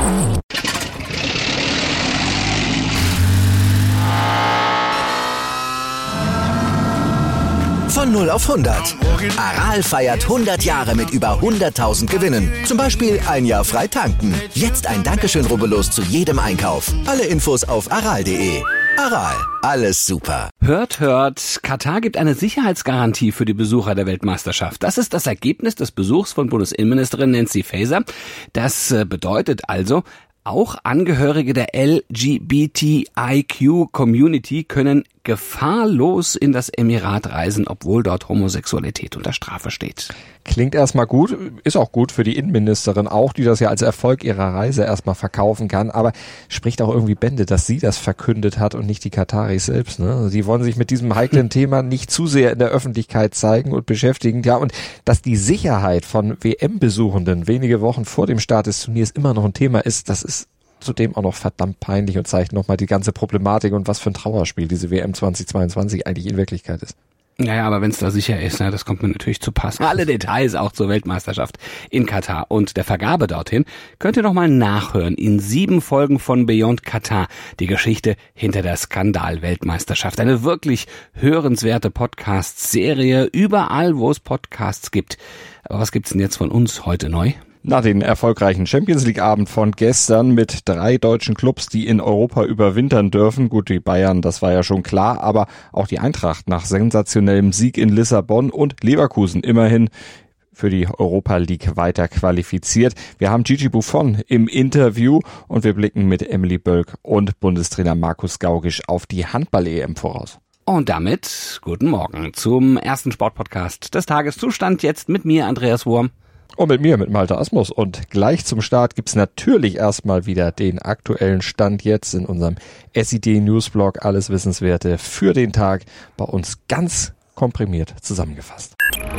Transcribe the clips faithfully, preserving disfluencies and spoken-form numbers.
Von null auf hundert. Aral feiert hundert Jahre mit über hunderttausend Gewinnen. Zum Beispiel ein Jahr frei tanken. Jetzt ein Dankeschön, rubbellos zu jedem Einkauf. Alle Infos auf aral punkt de. Aral, alles super. Hört, hört, Katar gibt eine Sicherheitsgarantie für die Besucher der Weltmeisterschaft. Das ist das Ergebnis des Besuchs von Bundesinnenministerin Nancy Faeser. Das bedeutet also, auch Angehörige der L G B T I Q-Community können gefahrlos in das Emirat reisen, obwohl dort Homosexualität unter Strafe steht. Klingt erstmal gut, ist auch gut für die Innenministerin auch, die das ja als Erfolg ihrer Reise erstmal verkaufen kann, aber spricht auch irgendwie Bände, dass sie das verkündet hat und nicht die Kataris selbst. Ne? Sie wollen sich mit diesem heiklen Thema nicht zu sehr in der Öffentlichkeit zeigen und beschäftigen. Ja, und dass die Sicherheit von W M-Besuchenden wenige Wochen vor dem Start des Turniers immer noch ein Thema ist, das ist zudem auch noch verdammt peinlich und zeigt nochmal die ganze Problematik und was für ein Trauerspiel diese W M zweitausendzweiundzwanzig eigentlich in Wirklichkeit ist. Naja, aber wenn es da sicher ist, ne, das kommt mir natürlich zu Pass. Alle Details auch zur Weltmeisterschaft in Katar und der Vergabe dorthin könnt ihr noch mal nachhören in sieben Folgen von Beyond Katar, die Geschichte hinter der Skandal-Weltmeisterschaft. Eine wirklich hörenswerte Podcast-Serie, überall, wo es Podcasts gibt. Aber was gibt's denn jetzt von uns heute neu? Nach den erfolgreichen Champions-League-Abend von gestern mit drei deutschen Clubs, die in Europa überwintern dürfen. Gut, die Bayern, das war ja schon klar, aber auch die Eintracht nach sensationellem Sieg in Lissabon und Leverkusen immerhin für die Europa League weiter qualifiziert. Wir haben Gigi Buffon im Interview und wir blicken mit Emily Bölk und Bundestrainer Markus Gaugisch auf die Handball-E M voraus. Und damit guten Morgen zum ersten Sportpodcast des Tages. Zustand jetzt mit mir, Andreas Wurm. Und mit mir, mit Malte Asmus. Und gleich zum Start gibt's natürlich erstmal wieder den aktuellen Stand jetzt in unserem S I D Newsblog. Alles Wissenswerte für den Tag bei uns ganz komprimiert zusammengefasst.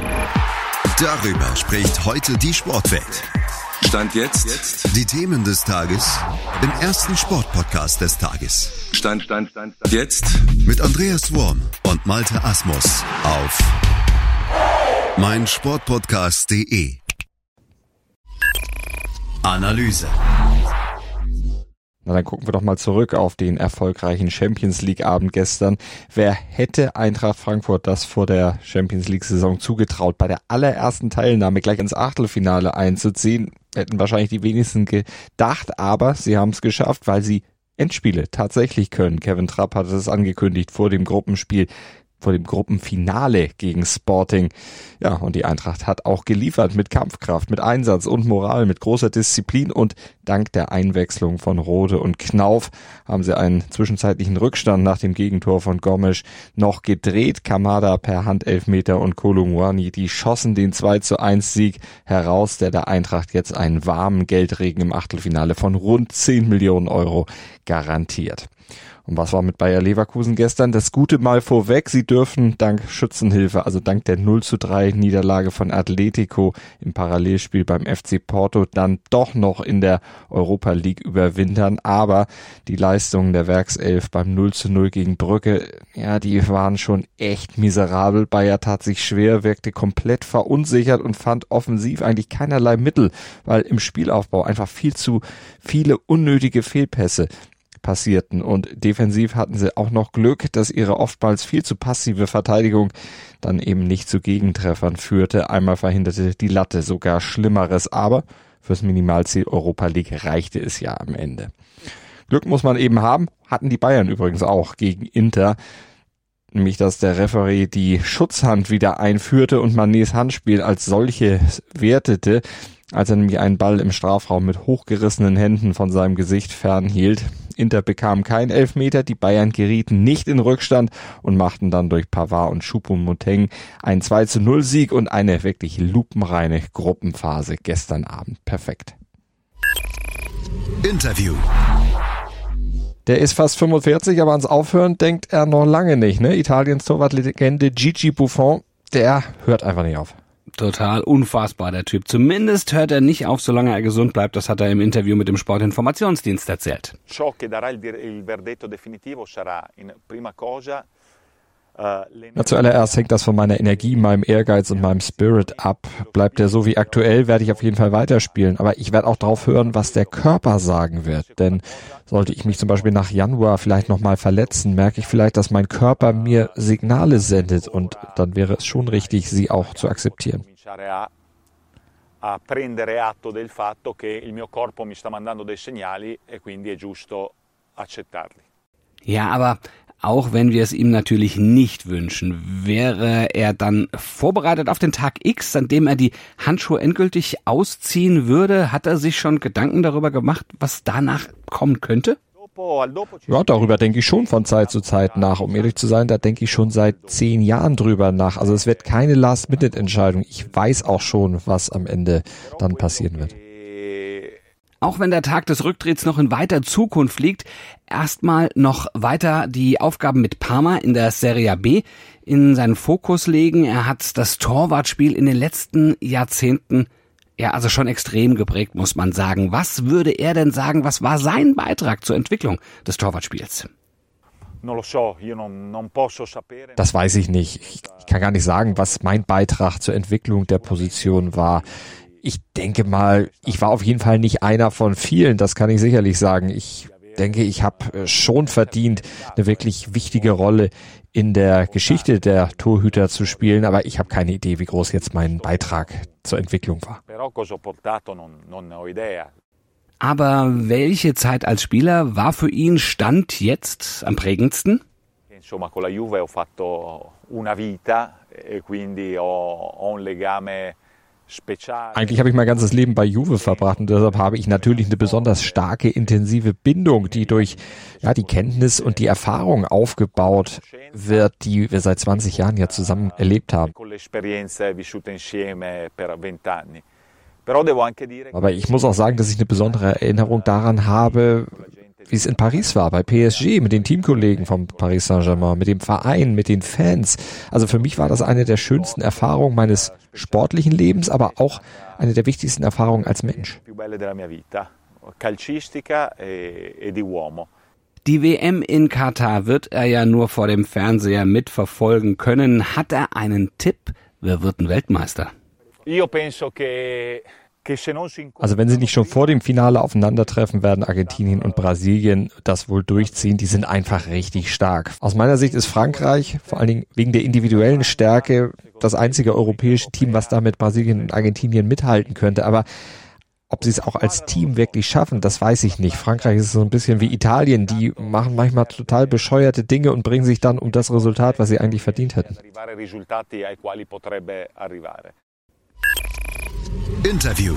Darüber spricht heute die Sportwelt. Stand jetzt. Die Themen des Tages im ersten Sportpodcast des Tages. Stand, Stand, Stand, Stand. Jetzt. Mit Andreas Wurm und Malte Asmus auf meinsportpodcast punkt de. Analyse. Na, dann gucken wir doch mal zurück auf den erfolgreichen Champions-League-Abend gestern. Wer hätte Eintracht Frankfurt das vor der Champions-League-Saison zugetraut, bei der allerersten Teilnahme gleich ins Achtelfinale einzuziehen? Hätten wahrscheinlich die wenigsten gedacht, aber sie haben es geschafft, weil sie Endspiele tatsächlich können. Kevin Trapp hatte es angekündigt vor dem Gruppenspiel. vor dem Gruppenfinale gegen Sporting. Ja, und die Eintracht hat auch geliefert mit Kampfkraft, mit Einsatz und Moral, mit großer Disziplin und dank der Einwechslung von Rode und Knauf haben sie einen zwischenzeitlichen Rückstand nach dem Gegentor von Gomes noch gedreht. Kamada per Handelfmeter und Kolo Muani, die schossen den zwei zu eins Sieg heraus, der der Eintracht jetzt einen warmen Geldregen im Achtelfinale von rund zehn Millionen Euro garantiert. Und was war mit Bayer Leverkusen gestern? Das Gute mal vorweg, sie dürfen dank Schützenhilfe, also dank der null zu drei Niederlage von Atletico im Parallelspiel beim F C Porto, dann doch noch in der Europa League überwintern. Aber die Leistungen der Werkself beim null zu null gegen Brügge, ja, die waren schon echt miserabel. Bayer tat sich schwer, wirkte komplett verunsichert und fand offensiv eigentlich keinerlei Mittel, weil im Spielaufbau einfach viel zu viele unnötige Fehlpässe passierten und defensiv hatten sie auch noch Glück, dass ihre oftmals viel zu passive Verteidigung dann eben nicht zu Gegentreffern führte. Einmal verhinderte die Latte sogar Schlimmeres, aber fürs Minimalziel Europa League reichte es ja am Ende. Glück muss man eben haben, hatten die Bayern übrigens auch gegen Inter, nämlich dass der Referee die Schutzhand wieder einführte und Manés Handspiel als solche wertete, als er nämlich einen Ball im Strafraum mit hochgerissenen Händen von seinem Gesicht fernhielt. Inter bekam keinen Elfmeter, die Bayern gerieten nicht in Rückstand und machten dann durch Pavard und Choupo-Moting einen zwei zu null Sieg und eine wirklich lupenreine Gruppenphase gestern Abend. Perfekt. Interview. Der ist fast fünfundvierzig, aber ans Aufhören denkt er noch lange nicht, ne? Italiens Torwartlegende Gigi Buffon, der hört einfach nicht auf. Total unfassbar, der Typ. Zumindest hört er nicht auf, solange er gesund bleibt. Das hat er im Interview mit dem Sportinformationsdienst erzählt. Ciò che darà il verdetto definitivo sarà in prima cosa Na, zuallererst hängt das von meiner Energie, meinem Ehrgeiz und meinem Spirit ab. Bleibt der so wie aktuell, werde ich auf jeden Fall weiterspielen. Aber ich werde auch darauf hören, was der Körper sagen wird. Denn sollte ich mich zum Beispiel nach Januar vielleicht nochmal verletzen, merke ich vielleicht, dass mein Körper mir Signale sendet. Und dann wäre es schon richtig, sie auch zu akzeptieren. A prendere atto del fatto che il mio corpo mi sta mandando dei segnali e quindi è giusto accettarli. Ja, aber auch wenn wir es ihm natürlich nicht wünschen, wäre er dann vorbereitet auf den Tag X, an dem er die Handschuhe endgültig ausziehen würde? Hat er sich schon Gedanken darüber gemacht, was danach kommen könnte? Ja, darüber denke ich schon von Zeit zu Zeit nach. Um ehrlich zu sein, da denke ich schon seit zehn Jahren drüber nach. Also es wird keine Last-Minute-Entscheidung. Ich weiß auch schon, was am Ende dann passieren wird. Auch wenn der Tag des Rücktritts noch in weiter Zukunft liegt, erstmal noch weiter die Aufgaben mit Parma in der Serie B in seinen Fokus legen. Er hat das Torwartspiel in den letzten Jahrzehnten ja also schon extrem geprägt, muss man sagen. Was würde er denn sagen, was war sein Beitrag zur Entwicklung des Torwartspiels? Das weiß ich nicht. Ich kann gar nicht sagen, was mein Beitrag zur Entwicklung der Position war. Ich denke mal, ich war auf jeden Fall nicht einer von vielen, das kann ich sicherlich sagen. Ich denke, ich habe schon verdient, eine wirklich wichtige Rolle in der Geschichte der Torhüter zu spielen, aber ich habe keine Idee, wie groß jetzt mein Beitrag zur Entwicklung war. Aber welche Zeit als Spieler war für ihn Stand jetzt am prägendsten? Insomma, con la Juve ho fatto una vita e quindi ho, ho un legame. Eigentlich habe ich mein ganzes Leben bei Juve verbracht und deshalb habe ich natürlich eine besonders starke, intensive Bindung, die durch ja die Kenntnis und die Erfahrung aufgebaut wird, die wir seit zwanzig Jahren ja zusammen erlebt haben. Aber ich muss auch sagen, dass ich eine besondere Erinnerung daran habe, wie es in Paris war, bei P S G, mit den Teamkollegen vom Paris Saint-Germain, mit dem Verein, mit den Fans. Also für mich war das eine der schönsten Erfahrungen meines sportlichen Lebens, aber auch eine der wichtigsten Erfahrungen als Mensch. Die W M in Katar wird er ja nur vor dem Fernseher mitverfolgen können. Hat er einen Tipp? Wer wird ein Weltmeister? Io penso che Also wenn sie nicht schon vor dem Finale aufeinandertreffen, werden Argentinien und Brasilien das wohl durchziehen. Die sind einfach richtig stark. Aus meiner Sicht ist Frankreich, vor allen Dingen wegen der individuellen Stärke, das einzige europäische Team, was da mit Brasilien und Argentinien mithalten könnte. Aber ob sie es auch als Team wirklich schaffen, das weiß ich nicht. Frankreich ist so ein bisschen wie Italien. Die machen manchmal total bescheuerte Dinge und bringen sich dann um das Resultat, was sie eigentlich verdient hätten. Interview.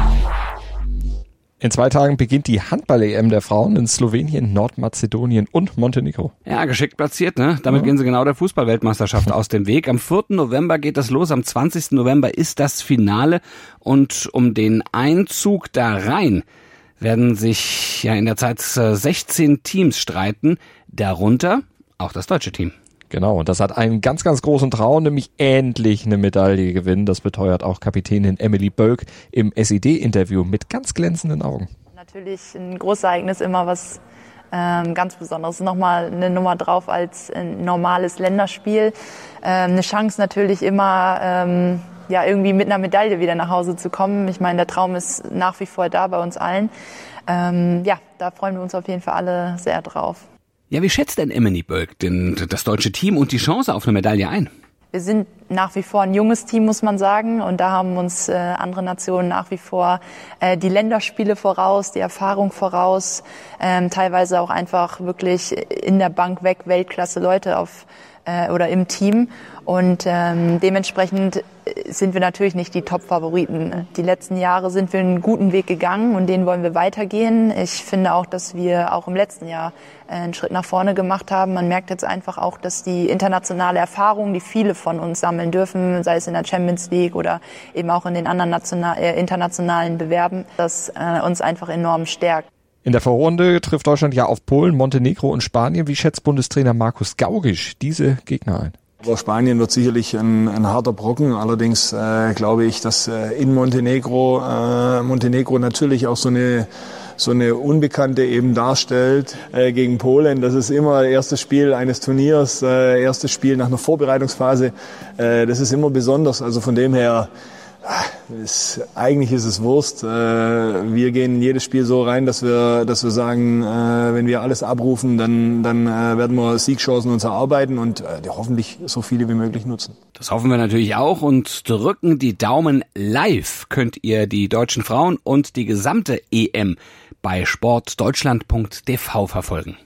In zwei Tagen beginnt die Handball-E M der Frauen in Slowenien, Nordmazedonien und Montenegro. Ja, geschickt platziert, ne? Damit ja. gehen sie genau der Fußball-Weltmeisterschaft aus dem Weg. Am vierten November geht das los, am zwanzigsten November ist das Finale. Und um den Einzug da rein werden sich ja in der Zeit sechzehn Teams streiten, darunter auch das deutsche Team. Genau, und das hat einen ganz, ganz großen Traum, nämlich endlich eine Medaille gewinnen. Das beteuert auch Kapitänin Emily Bölk im S I D-Interview mit ganz glänzenden Augen. Natürlich ein großes Ereignis, immer was ähm, ganz Besonderes. Nochmal eine Nummer drauf als ein normales Länderspiel. Ähm, eine Chance natürlich immer, ähm, ja, irgendwie mit einer Medaille wieder nach Hause zu kommen. Ich meine, der Traum ist nach wie vor da bei uns allen. Ähm, ja, da freuen wir uns auf jeden Fall alle sehr drauf. Ja, wie schätzt denn Emily Bölk denn das deutsche Team und die Chance auf eine Medaille ein? Wir sind nach wie vor ein junges Team, muss man sagen. Und da haben uns äh, andere Nationen nach wie vor äh, die Länderspiele voraus, die Erfahrung voraus. Ähm, teilweise auch einfach wirklich in der Bank weg Weltklasse Leute auf äh, oder im Team. Und ähm, dementsprechend sind wir natürlich nicht die Top-Favoriten. Die letzten Jahre sind wir einen guten Weg gegangen und den wollen wir weitergehen. Ich finde auch, dass wir auch im letzten Jahr einen Schritt nach vorne gemacht haben. Man merkt jetzt einfach auch, dass die internationale Erfahrung, die viele von uns sammeln dürfen, sei es in der Champions League oder eben auch in den anderen national, äh, internationalen Bewerben, das äh, uns einfach enorm stärkt. In der Vorrunde trifft Deutschland ja auf Polen, Montenegro und Spanien. Wie schätzt Bundestrainer Markus Gaurisch diese Gegner ein? Aber Spanien wird sicherlich ein, ein harter Brocken. Allerdings äh, glaube ich, dass äh, in Montenegro, äh, Montenegro natürlich auch so eine so eine Unbekannte eben darstellt äh, gegen Polen. Das ist immer das erste Spiel eines Turniers, äh, erstes Spiel nach einer Vorbereitungsphase. Äh, das ist immer besonders. Also von dem her, ist, eigentlich ist es Wurst. Äh, wir gehen in jedes Spiel so rein, dass wir, dass wir sagen, äh, wenn wir alles abrufen, dann, dann äh, werden wir Siegchancen uns erarbeiten und äh, hoffentlich so viele wie möglich nutzen. Das hoffen wir natürlich auch und drücken die Daumen. Live könnt ihr die deutschen Frauen und die gesamte E M bei sportdeutschland punkt d v verfolgen.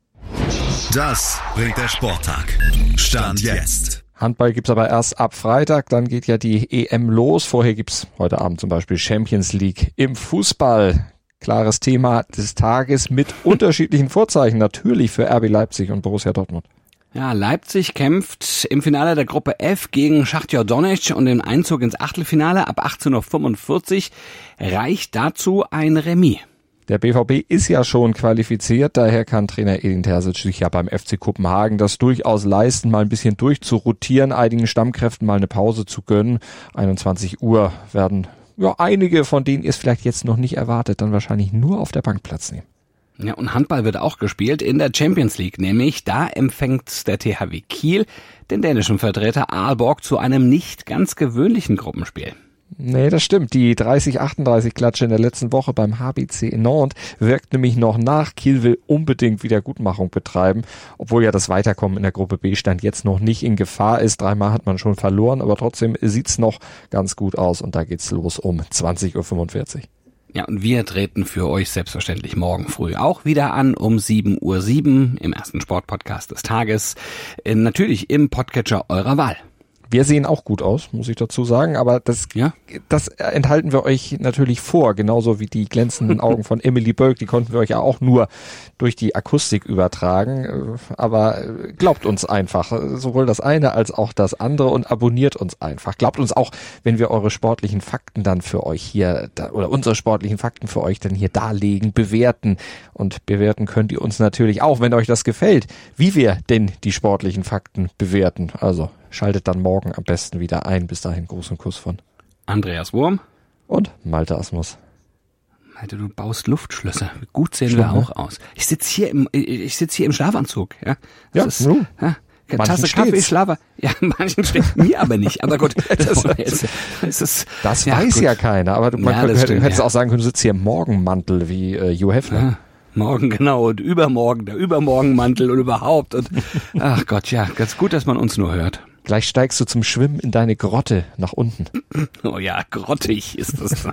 Das bringt der Sporttag. Stand jetzt. Handball gibt's aber erst ab Freitag, dann geht ja die E M los. Vorher gibt's heute Abend zum Beispiel Champions League im Fußball. Klares Thema des Tages mit unterschiedlichen Vorzeichen, natürlich für R B Leipzig und Borussia Dortmund. Ja, Leipzig kämpft im Finale der Gruppe F gegen Schachtyor Donezk und den Einzug ins Achtelfinale ab achtzehn Uhr fünfundvierzig reicht dazu ein Remis. Der B V B ist ja schon qualifiziert, daher kann Trainer Edin Terzic sich ja beim F C Kopenhagen das durchaus leisten, mal ein bisschen durchzurotieren, einigen Stammkräften mal eine Pause zu gönnen. einundzwanzig Uhr werden ja einige, von denen ihr es vielleicht jetzt noch nicht erwartet, dann wahrscheinlich nur auf der Bank Platz nehmen. Ja, und Handball wird auch gespielt in der Champions League, nämlich da empfängt der T H W Kiel den dänischen Vertreter Aalborg zu einem nicht ganz gewöhnlichen Gruppenspiel. Nee, das stimmt. Die dreißig achtunddreißig Klatsche in der letzten Woche beim H B C in Nantes wirkt nämlich noch nach. Kiel will unbedingt Wiedergutmachung betreiben, obwohl ja das Weiterkommen in der Gruppe B Stand jetzt noch nicht in Gefahr ist. Dreimal hat man schon verloren, aber trotzdem sieht's noch ganz gut aus und da geht's los um zwanzig Uhr fünfundvierzig. Ja, und wir treten für euch selbstverständlich morgen früh auch wieder an um sieben Uhr sieben im ersten Sportpodcast des Tages. Äh, natürlich im Podcatcher eurer Wahl. Wir sehen auch gut aus, muss ich dazu sagen, aber das, ja? das enthalten wir euch natürlich vor, genauso wie die glänzenden Augen von Emily Bölk, die konnten wir euch ja auch nur durch die Akustik übertragen, aber glaubt uns einfach, sowohl das eine als auch das andere und abonniert uns einfach. Glaubt uns auch, wenn wir eure sportlichen Fakten dann für euch hier, oder unsere sportlichen Fakten für euch dann hier darlegen, bewerten und bewerten könnt ihr uns natürlich auch, wenn euch das gefällt, wie wir denn die sportlichen Fakten bewerten, also schaltet dann morgen am besten wieder ein. Bis dahin, großen Kuss von Andreas Wurm und Malte Asmus. Malte, du baust Luftschlösser. Gut sehen Schlimm, wir auch ne? aus. Ich sitze hier im, ich sitze hier im Schlafanzug. Ja, das ja, ist, no. ja Tasse Kaffee, Schlafer. Ja, manchen steht mir aber nicht. Aber gut, das, jetzt, das, ist, das ja, weiß gut. ja keiner. Aber man ja, könnte, stimmt, hättest ja. auch sagen können, du sitzt hier im Morgenmantel wie äh, Hugh Hefner. Ja. Morgen, genau, und übermorgen, der Übermorgenmantel und überhaupt. Und ach Gott, ja, ganz gut, dass man uns nur hört. Gleich steigst du zum Schwimmen in deine Grotte nach unten. Oh ja, grottig ist das.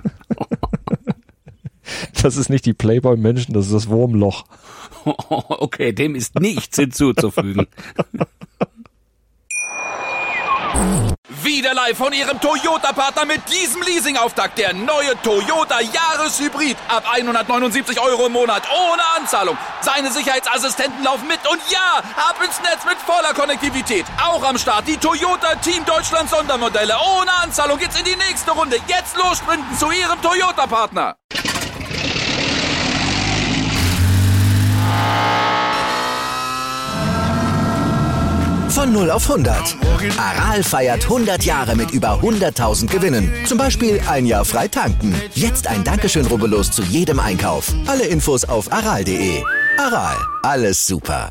Das ist nicht die Playboy-Menschen, das ist das Wurmloch. Okay, dem ist nichts hinzuzufügen. Wieder live von Ihrem Toyota-Partner mit diesem Leasing-Auftakt. Der neue Toyota Jahreshybrid. Ab hundertneunundsiebzig Euro im Monat. Ohne Anzahlung. Seine Sicherheitsassistenten laufen mit. Und ja, ab ins Netz mit voller Konnektivität. Auch am Start die Toyota Team Deutschland Sondermodelle. Ohne Anzahlung geht's in die nächste Runde. Jetzt los sprinten zu Ihrem Toyota-Partner. Von null auf hundert. Aral feiert hundert Jahre mit über hunderttausend Gewinnen. Zum Beispiel ein Jahr frei tanken. Jetzt ein Dankeschön, rubbellos zu jedem Einkauf. Alle Infos auf aral punkt de. Aral, alles super.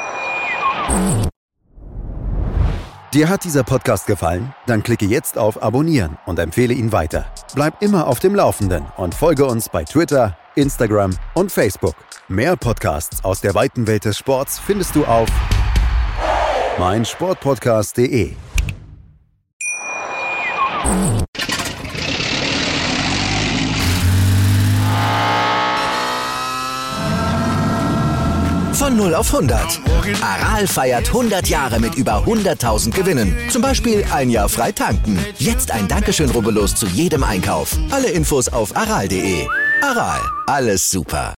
Dir hat dieser Podcast gefallen? Dann klicke jetzt auf Abonnieren und empfehle ihn weiter. Bleib immer auf dem Laufenden und folge uns bei Twitter, Instagram und Facebook. Mehr Podcasts aus der weiten Welt des Sports findest du auf mein Sportpodcast punkt de. Von null auf hundert. Aral feiert hundert Jahre mit über hunderttausend Gewinnen. Zum Beispiel ein Jahr frei tanken. Jetzt ein Dankeschön, rubbellos zu jedem Einkauf. Alle Infos auf aral punkt de. Aral, alles super.